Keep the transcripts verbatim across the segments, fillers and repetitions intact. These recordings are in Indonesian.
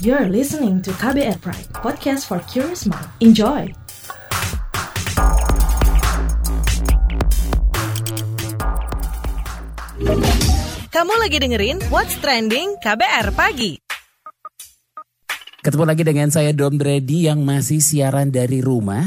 You're listening to K B R Pride, podcast for curious mind. Enjoy! Kamu lagi dengerin What's Trending K B R Pagi. Ketemu lagi dengan saya Dom Dredi yang masih siaran dari rumah.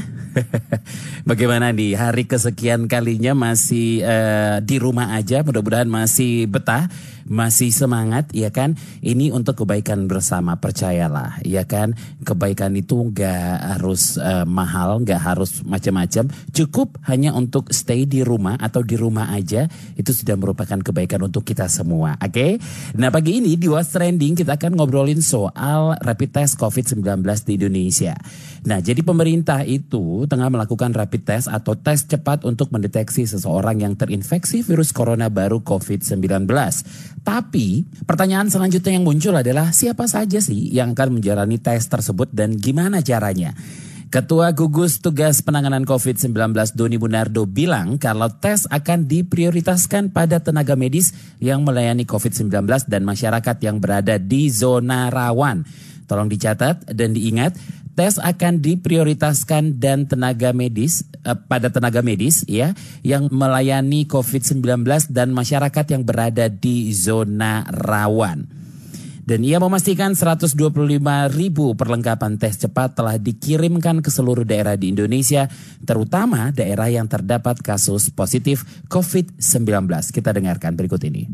Bagaimana nih hari kesekian kalinya masih uh, di rumah aja, mudah-mudahan masih betah, masih semangat, ya kan? Ini untuk kebaikan bersama, percayalah, ya kan? Kebaikan itu nggak harus uh, mahal, nggak harus macam-macam, cukup hanya untuk stay di rumah atau di rumah aja, itu sudah merupakan kebaikan untuk kita semua, oke? Okay? Nah pagi ini di What's Trending kita akan ngobrolin soal rapid test covid sembilan belas di Indonesia. Nah jadi pemerintah itu tengah melakukan rapid test atau tes cepat untuk mendeteksi seseorang yang terinfeksi virus corona baru covid sembilan belas. Tapi pertanyaan selanjutnya yang muncul adalah siapa saja sih yang akan menjalani tes tersebut dan gimana caranya? Ketua Gugus Tugas Penanganan covid sembilan belas Doni Munardo bilang kalau tes akan diprioritaskan pada tenaga medis yang melayani covid sembilan belas dan masyarakat yang berada di zona rawan. Tolong dicatat dan diingat, tes akan diprioritaskan dan tenaga medis eh, pada tenaga medis ya yang melayani covid sembilan belas dan masyarakat yang berada di zona rawan. Dan ia memastikan seratus dua puluh lima ribu perlengkapan tes cepat telah dikirimkan ke seluruh daerah di Indonesia, terutama daerah yang terdapat kasus positif covid sembilan belas. Kita dengarkan berikut ini.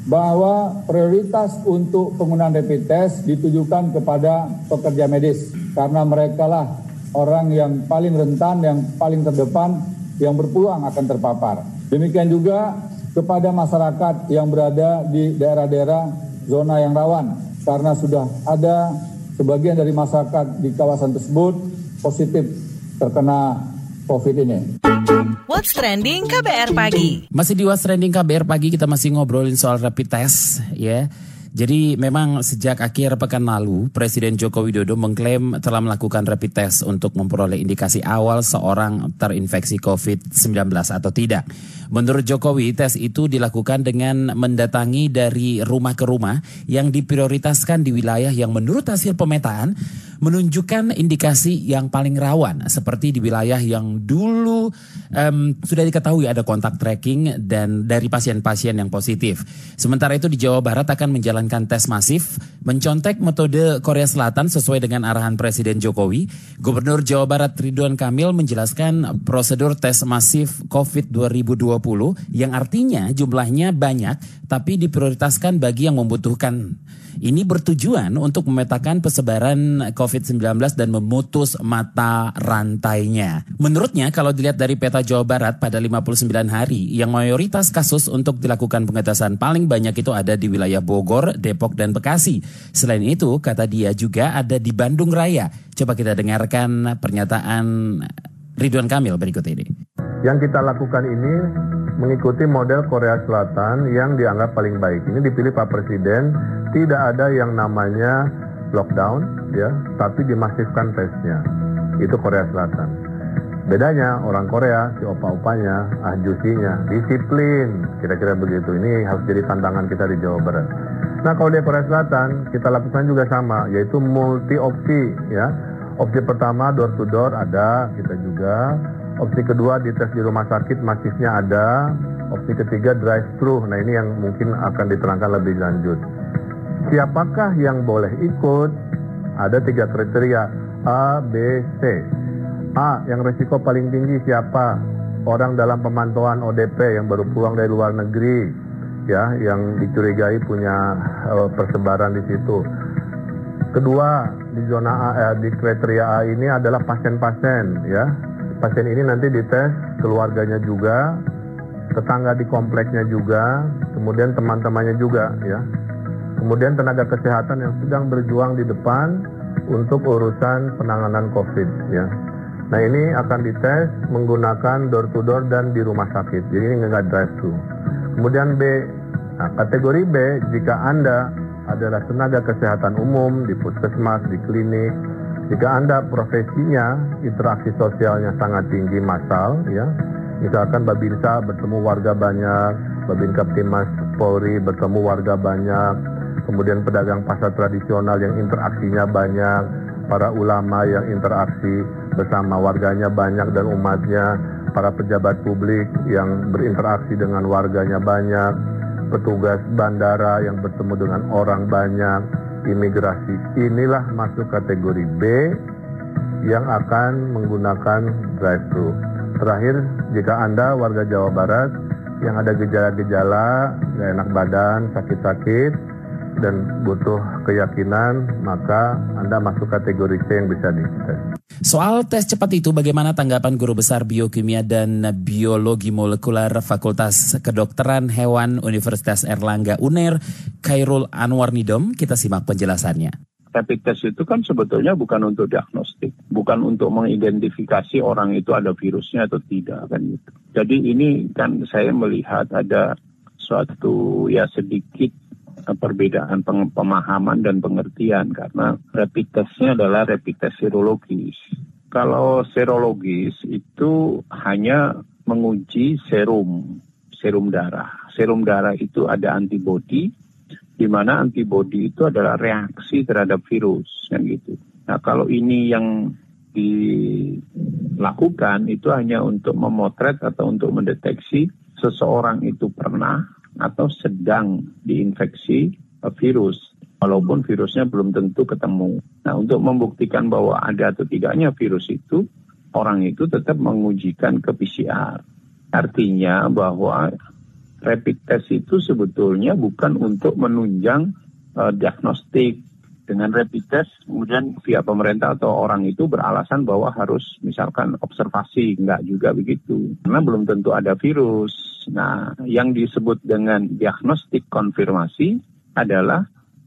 Bahwa prioritas untuk penggunaan rapid test ditujukan kepada pekerja medis karena mereka lah orang yang paling rentan, yang paling terdepan, yang berpeluang akan terpapar. Demikian juga kepada masyarakat yang berada di daerah-daerah zona yang rawan karena sudah ada sebagian dari masyarakat di kawasan tersebut positif terkena COVID ini. What's Trending K B R Pagi. Masih di What's Trending K B R Pagi, kita masih ngobrolin soal rapid test ya. Jadi memang sejak akhir pekan lalu Presiden Joko Widodo mengklaim telah melakukan rapid test untuk memperoleh indikasi awal seorang terinfeksi covid sembilan belas atau tidak. Menurut Jokowi, tes itu dilakukan dengan mendatangi dari rumah ke rumah yang diprioritaskan di wilayah yang menurut hasil pemetaan menunjukkan indikasi yang paling rawan, seperti di wilayah yang dulu um, sudah diketahui ada kontak tracking dan dari pasien-pasien yang positif. Sementara itu di Jawa Barat akan menjalankan tes masif, mencontek metode Korea Selatan sesuai dengan arahan Presiden Jokowi. Gubernur Jawa Barat Ridwan Kamil menjelaskan prosedur tes masif COVID dua ribu dua puluh yang artinya jumlahnya banyak tapi diprioritaskan bagi yang membutuhkan. Ini bertujuan untuk memetakan persebaran covid sembilan belas dan memutus mata rantainya. Menurutnya kalau dilihat dari peta Jawa Barat pada lima puluh sembilan hari, yang mayoritas kasus untuk dilakukan pengetesan paling banyak itu ada di wilayah Bogor, Depok, dan Bekasi. Selain itu, kata dia juga ada di Bandung Raya. Coba kita dengarkan pernyataan Ridwan Kamil berikut ini. Yang kita lakukan ini mengikuti model Korea Selatan yang dianggap paling baik. Ini dipilih Pak Presiden, tidak ada yang namanya lockdown, ya, tapi dimasifkan tesnya. Itu Korea Selatan. Bedanya orang Korea, si opa-opanya, ahjusinya, disiplin, kira-kira begitu. Ini harus jadi tantangan kita di Jawa Barat. Nah kalau di Korea Selatan, kita lakukan juga sama, yaitu multi opsi, ya. Opsi pertama door to door ada, kita juga. Opsi kedua dites di rumah sakit masifnya ada. Opsi ketiga drive thru. Nah ini yang mungkin akan diterangkan lebih lanjut. Siapakah yang boleh ikut? Ada tiga kriteria A, B, C. A, yang risiko paling tinggi siapa? Orang dalam pemantauan O D P yang baru pulang dari luar negeri, ya, yang dicurigai punya uh, persebaran di situ. Kedua, di zona A, eh, di kriteria A ini adalah pasien-pasien, ya. Pasien ini nanti dites, keluarganya juga, tetangga di kompleknya juga, kemudian teman-temannya juga, ya. Kemudian tenaga kesehatan yang sedang berjuang di depan untuk urusan penanganan COVID, ya. Nah ini akan dites menggunakan door to door dan di rumah sakit, jadi ini nggak drive thru. Kemudian B, nah kategori B, jika Anda adalah tenaga kesehatan umum di puskesmas, di klinik, jika Anda profesinya interaksi sosialnya sangat tinggi massal, ya, misalkan Babinsa bertemu warga banyak, Babin Kaptimas Polri bertemu warga banyak, kemudian pedagang pasar tradisional yang interaksinya banyak, para ulama yang interaksi bersama warganya banyak dan umatnya, para pejabat publik yang berinteraksi dengan warganya banyak, petugas bandara yang bertemu dengan orang banyak, imigrasi. Inilah masuk kategori B yang akan menggunakan drive-thru. Terakhir, jika Anda warga Jawa Barat yang ada gejala-gejala, nggak enak badan, sakit-sakit, dan butuh keyakinan, maka Anda masuk kategori C yang bisa dites. Soal tes cepat itu, bagaimana tanggapan Guru Besar Biokimia dan Biologi Molekuler Fakultas Kedokteran Hewan Universitas Erlangga U N E R, Khairul Anwar Nidom? Kita simak penjelasannya. Rapid test itu kan sebetulnya bukan untuk diagnostik, bukan untuk mengidentifikasi orang itu ada virusnya atau tidak, kan gitu. Jadi ini kan saya melihat ada suatu ya sedikit perbedaan pemahaman dan pengertian, karena rapid testnya adalah rapid test serologis. Kalau serologis itu hanya menguji serum, serum darah. Serum darah itu ada antibodi, di mana antibodi itu adalah reaksi terhadap virus, kan gitu. Nah, kalau ini yang dilakukan itu hanya untuk memotret atau untuk mendeteksi seseorang itu pernah atau sedang diinfeksi virus, walaupun virusnya belum tentu ketemu. Nah, untuk membuktikan bahwa ada atau tidaknya virus itu, orang itu tetap mengujikan ke P C R. Artinya bahwa rapid test itu sebetulnya bukan untuk menunjang uh, diagnostik. Dengan rapid test, kemudian pihak pemerintah atau orang itu beralasan bahwa harus misalkan observasi, enggak juga begitu. Karena belum tentu ada virus. Nah, yang disebut dengan diagnostik konfirmasi adalah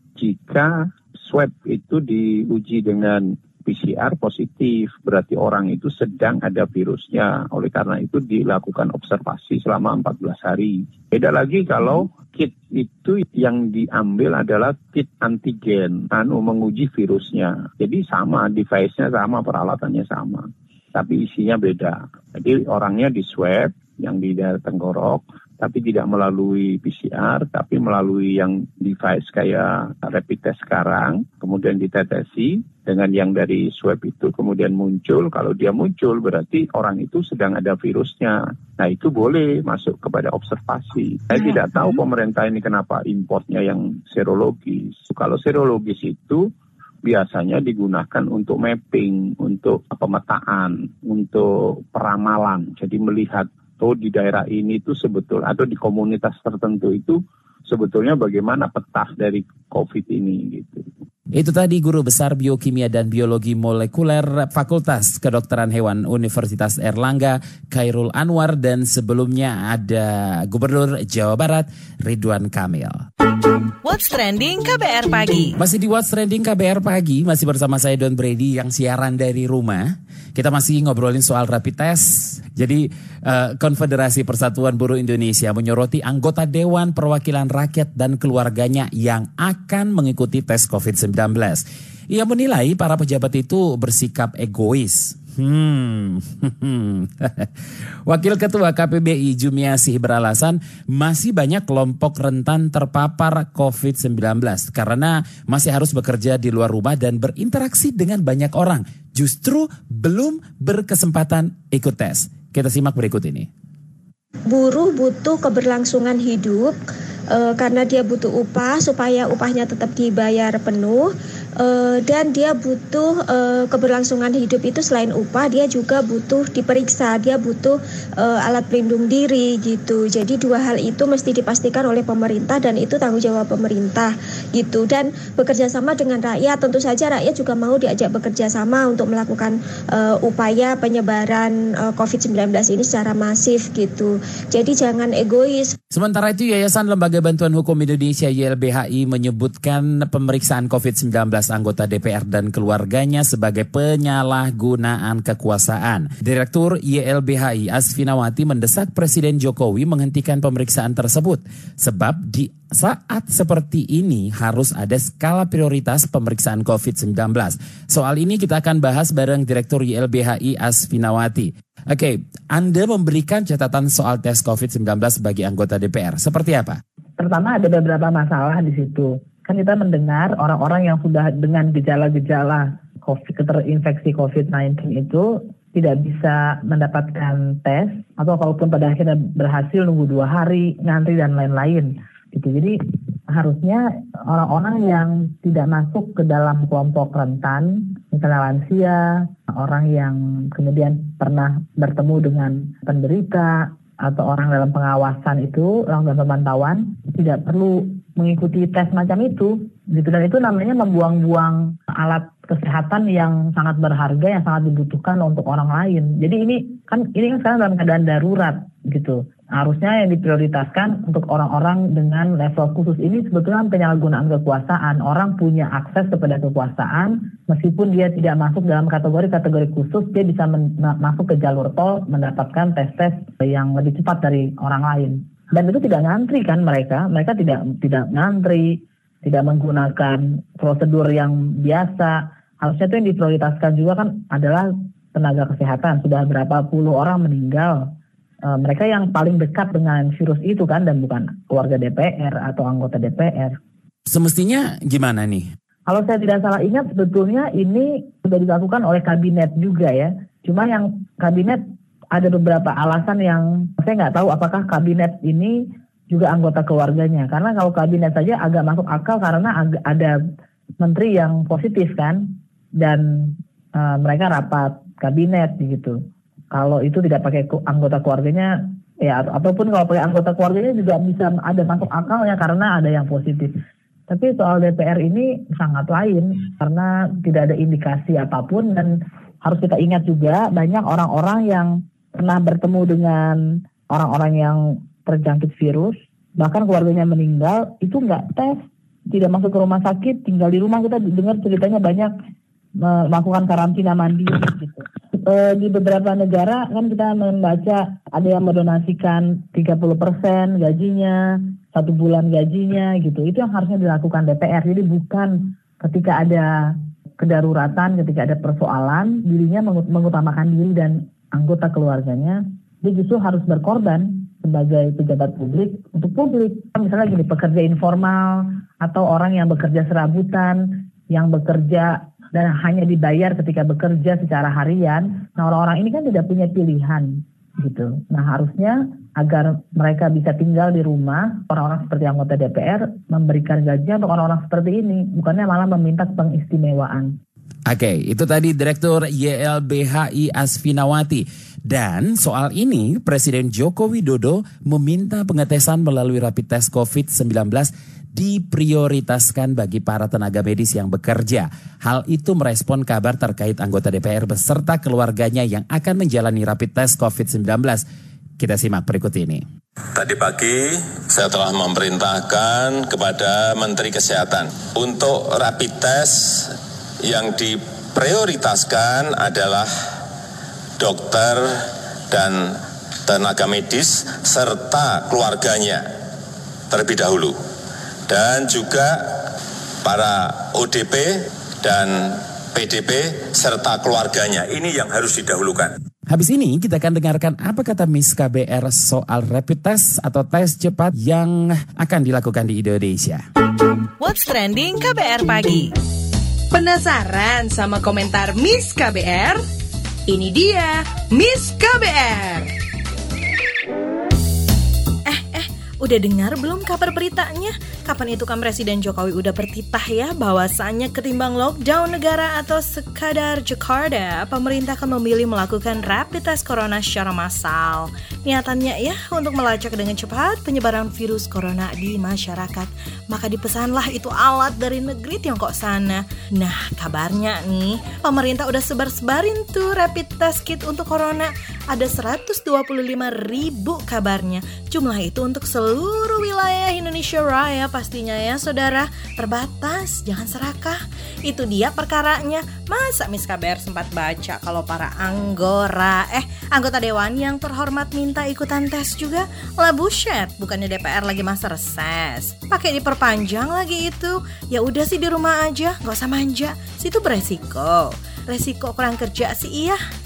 jika swab itu diuji dengan P C R positif, berarti orang itu sedang ada virusnya. Oleh karena itu dilakukan observasi selama empat belas hari. Beda lagi kalau kit itu yang diambil adalah kit antigen, anu menguji virusnya. Jadi sama, device-nya sama, peralatannya sama. Tapi isinya beda. Jadi orangnya di swab yang di daerah tenggorok, tapi tidak melalui P C R, tapi melalui yang device kayak rapid test sekarang, kemudian ditetesi dengan yang dari swab itu kemudian muncul. Kalau dia muncul berarti orang itu sedang ada virusnya. Nah, itu boleh masuk kepada observasi. Saya tidak tahu pemerintah ini kenapa importnya yang serologis. Kalau serologis itu biasanya digunakan untuk mapping, untuk pemetaan, untuk peramalan. Jadi melihat oh di daerah ini itu sebetul atau di komunitas tertentu itu sebetulnya bagaimana peta dari COVID ini gitu. Itu tadi Guru Besar Biokimia dan Biologi Molekuler Fakultas Kedokteran Hewan Universitas Erlangga, Khairul Anwar, dan sebelumnya ada Gubernur Jawa Barat Ridwan Kamil. What's Trending K B R Pagi. Masih di What's Trending K B R Pagi, masih bersama saya Don Brady yang siaran dari rumah. Kita masih ngobrolin soal rapid test. Jadi uh, Konfederasi Persatuan Buruh Indonesia menyoroti anggota Dewan Perwakilan Rakyat dan keluarganya yang akan mengikuti tes covid sembilan belas. Ia menilai para pejabat itu bersikap egois. Hmm. Wakil Ketua K P B I Jumiasih beralasan masih banyak kelompok rentan terpapar covid sembilan belas karena masih harus bekerja di luar rumah dan berinteraksi dengan banyak orang. Justru belum berkesempatan ikut tes. Kita simak berikut ini. Buruh butuh keberlangsungan hidup e, karena dia butuh upah supaya upahnya tetap dibayar penuh. Uh, dan dia butuh uh, keberlangsungan hidup itu selain upah, dia juga butuh diperiksa, dia butuh uh, alat pelindung diri gitu. Jadi dua hal itu mesti dipastikan oleh pemerintah dan itu tanggung jawab pemerintah gitu. Dan bekerja sama dengan rakyat, tentu saja rakyat juga mau diajak bekerja sama untuk melakukan uh, upaya penyebaran uh, covid sembilan belas ini secara masif gitu. Jadi jangan egois. Sementara itu Yayasan Lembaga Bantuan Hukum Indonesia Y L B H I menyebutkan pemeriksaan covid sembilan belas anggota D P R dan keluarganya sebagai penyalahgunaan kekuasaan. Direktur Y L B H I Asfinawati mendesak Presiden Jokowi menghentikan pemeriksaan tersebut. Sebab di saat seperti ini harus ada skala prioritas pemeriksaan covid sembilan belas. Soal ini kita akan bahas bareng Direktur Y L B H I Asfinawati. Oke, okay, Anda memberikan catatan soal tes covid sembilan belas bagi anggota D P R. Seperti apa? Pertama ada beberapa masalah di situ. kan kita mendengar orang-orang yang sudah dengan gejala-gejala COVID, terinfeksi covid sembilan belas itu tidak bisa mendapatkan tes, atau kalaupun pada akhirnya berhasil nunggu dua hari, ngantri dan lain-lain gitu. Jadi harusnya orang-orang yang tidak masuk ke dalam kelompok rentan, misalnya lansia, orang yang kemudian pernah bertemu dengan penderita, atau orang dalam pengawasan itu, orang dalam pemantauan, tidak perlu mengikuti tes macam itu gitu. Dan itu namanya membuang-buang alat kesehatan yang sangat berharga, yang sangat dibutuhkan untuk orang lain. Jadi ini kan ini kan sekarang dalam keadaan darurat gitu. Harusnya yang diprioritaskan untuk orang-orang dengan level khusus ini sebetulnya penyalahgunaan kekuasaan. Orang punya akses kepada kekuasaan meskipun dia tidak masuk dalam kategori-kategori khusus, dia bisa men- masuk ke jalur tol mendapatkan tes-tes yang lebih cepat dari orang lain. Dan itu tidak ngantri kan mereka, mereka tidak tidak ngantri, tidak menggunakan prosedur yang biasa. Harusnya itu yang diprioritaskan juga kan adalah tenaga kesehatan. Sudah berapa puluh orang meninggal. E, mereka yang paling dekat dengan virus itu kan, dan bukan keluarga D P R atau anggota D P R. Semestinya gimana nih? Kalau saya tidak salah ingat, sebetulnya ini sudah dilakukan oleh kabinet juga ya. Cuma yang kabinet ada beberapa alasan yang saya nggak tahu apakah kabinet ini juga anggota keluarganya. Karena kalau kabinet saja agak masuk akal karena ag- ada menteri yang positif kan, dan uh, mereka rapat kabinet gitu. Kalau itu tidak pakai anggota keluarganya, ya ataupun kalau pakai anggota keluarganya juga bisa ada masuk akalnya karena ada yang positif. Tapi soal D P R ini sangat lain karena tidak ada indikasi apapun, dan harus kita ingat juga banyak orang-orang yang pernah bertemu dengan orang-orang yang terjangkit virus, bahkan keluarganya meninggal, itu nggak tes, tidak masuk ke rumah sakit, tinggal di rumah. Kita dengar ceritanya banyak melakukan karantina mandiri gitu. E, di beberapa negara kan kita membaca ada yang mendonasikan tiga puluh persen gajinya, satu bulan gajinya gitu. Itu yang harusnya dilakukan D P R. Jadi bukan ketika ada kedaruratan, ketika ada persoalan, dirinya mengutamakan diri dan anggota keluarganya, dia justru harus berkorban sebagai pejabat publik untuk publik. Misalnya gini, pekerja informal atau orang yang bekerja serabutan, yang bekerja dan hanya dibayar ketika bekerja secara harian. Nah, orang-orang ini kan tidak punya pilihan gitu. Nah, harusnya agar mereka bisa tinggal di rumah, orang-orang seperti anggota D P R memberikan gaji untuk orang-orang seperti ini, bukannya malah meminta pengistimewaan. Oke, itu tadi Direktur Y L B H I Asfinawati. Dan soal ini Presiden Joko Widodo meminta pengetesan melalui rapid test covid sembilan belas diprioritaskan bagi para tenaga medis yang bekerja. Hal itu merespon kabar terkait anggota D P R beserta keluarganya yang akan menjalani rapid test covid sembilan belas. Kita simak berikut ini. Tadi pagi saya telah memerintahkan kepada Menteri Kesehatan untuk rapid test yang diprioritaskan adalah dokter dan tenaga medis serta keluarganya terlebih dahulu. Dan juga para O D P dan P D P serta keluarganya. Ini yang harus didahulukan. Habis ini kita akan dengarkan apa kata Miss K B R soal rapid test atau tes cepat yang akan dilakukan di Indonesia. What's Trending K B R Pagi. Penasaran sama komentar Miss K B R? Ini dia Miss K B R. Eh, eh, udah dengar belum kabar beritanya? Kapan itu kan Presiden Jokowi udah bertitah ya bahwasannya ketimbang lockdown negara atau sekadar Jakarta, pemerintah akan memilih melakukan rapid test corona secara massal. Niatannya ya untuk melacak dengan cepat penyebaran virus corona di masyarakat. Maka dipesanlah itu alat dari negeri Tiongkok sana. Nah, kabarnya nih, pemerintah udah sebar-sebarin tuh rapid test kit untuk corona. Ada seratus dua puluh lima ribu kabarnya. Jumlah itu untuk seluruh wilayah Indonesia Raya pastinya ya saudara. Terbatas, jangan serakah. Itu dia perkaranya. Masa Miss K B R sempat baca kalau para anggora Eh, anggota dewan yang terhormat minta ikutan tes juga? Lah buset, bukannya D P R lagi masa reses. Pakai diperpanjang lagi itu. Ya udah sih di rumah aja, gak usah manja. Situ beresiko. Resiko kurang kerja sih iya.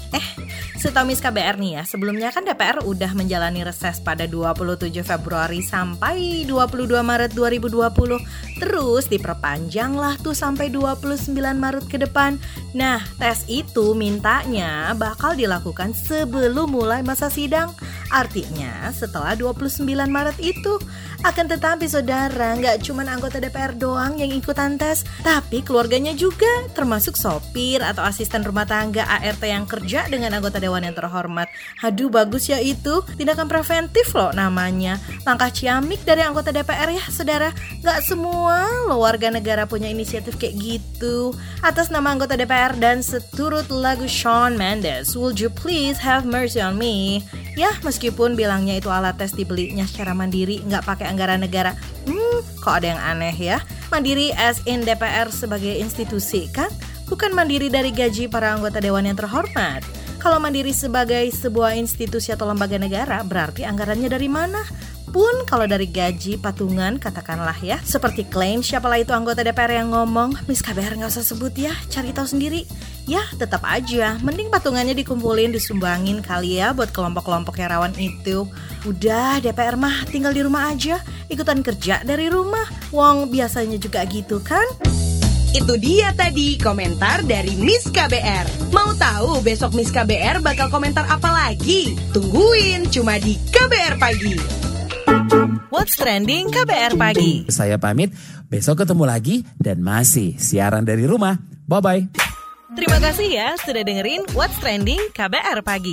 Eh, setahu Miss K B R nih ya, sebelumnya kan D P R udah menjalani reses pada dua puluh tujuh Februari sampai dua puluh dua Maret dua ribu dua puluh. Terus diperpanjang lah tuh sampai dua puluh sembilan Maret ke depan. Nah, tes itu mintanya bakal dilakukan sebelum mulai masa sidang. Artinya setelah dua puluh sembilan Maret itu. Akan tetapi saudara, gak cuma anggota D P R doang yang ikutan tes, tapi keluarganya juga, termasuk sopir atau asisten rumah tangga A R T yang kerja dengan anggota dewan yang terhormat. Aduh, bagus ya itu, tindakan preventif loh namanya. Langkah ciamik dari anggota D P R ya saudara. Gak semua loh warga negara punya inisiatif kayak gitu. Atas nama anggota D P R dan seturut lagu Shawn Mendes, Would You Please Have Mercy on Me? Ya, meskipun bilangnya itu alat tes dibelinya secara mandiri, gak pakai anggaran negara. Hmm, kok ada yang aneh ya? Mandiri as in D P R sebagai institusi kan? Bukan mandiri dari gaji para anggota dewan yang terhormat. Kalau mandiri sebagai sebuah institusi atau lembaga negara, berarti anggarannya dari mana? Pun kalau dari gaji patungan katakanlah ya, seperti klaim siapalah itu anggota D P R yang ngomong, Miss K B R gak usah sebut ya, cari tahu sendiri. Ya tetap aja, mending patungannya dikumpulin, disumbangin kali ya buat kelompok-kelompok yang rawan itu. Udah D P R mah tinggal di rumah aja, ikutan kerja dari rumah, wong biasanya juga gitu kan. Itu dia tadi komentar dari Miss K B R. Mau tahu besok Miss K B R bakal komentar apa lagi? Tungguin cuma di K B R Pagi. What's Trending K B R Pagi. Saya pamit, besok ketemu lagi dan masih siaran dari rumah. Bye-bye. Terima kasih ya sudah dengerin What's Trending K B R Pagi.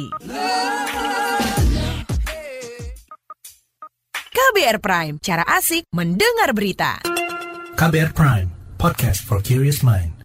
K B R Prime, cara asik mendengar berita. K B R Prime, podcast for curious mind.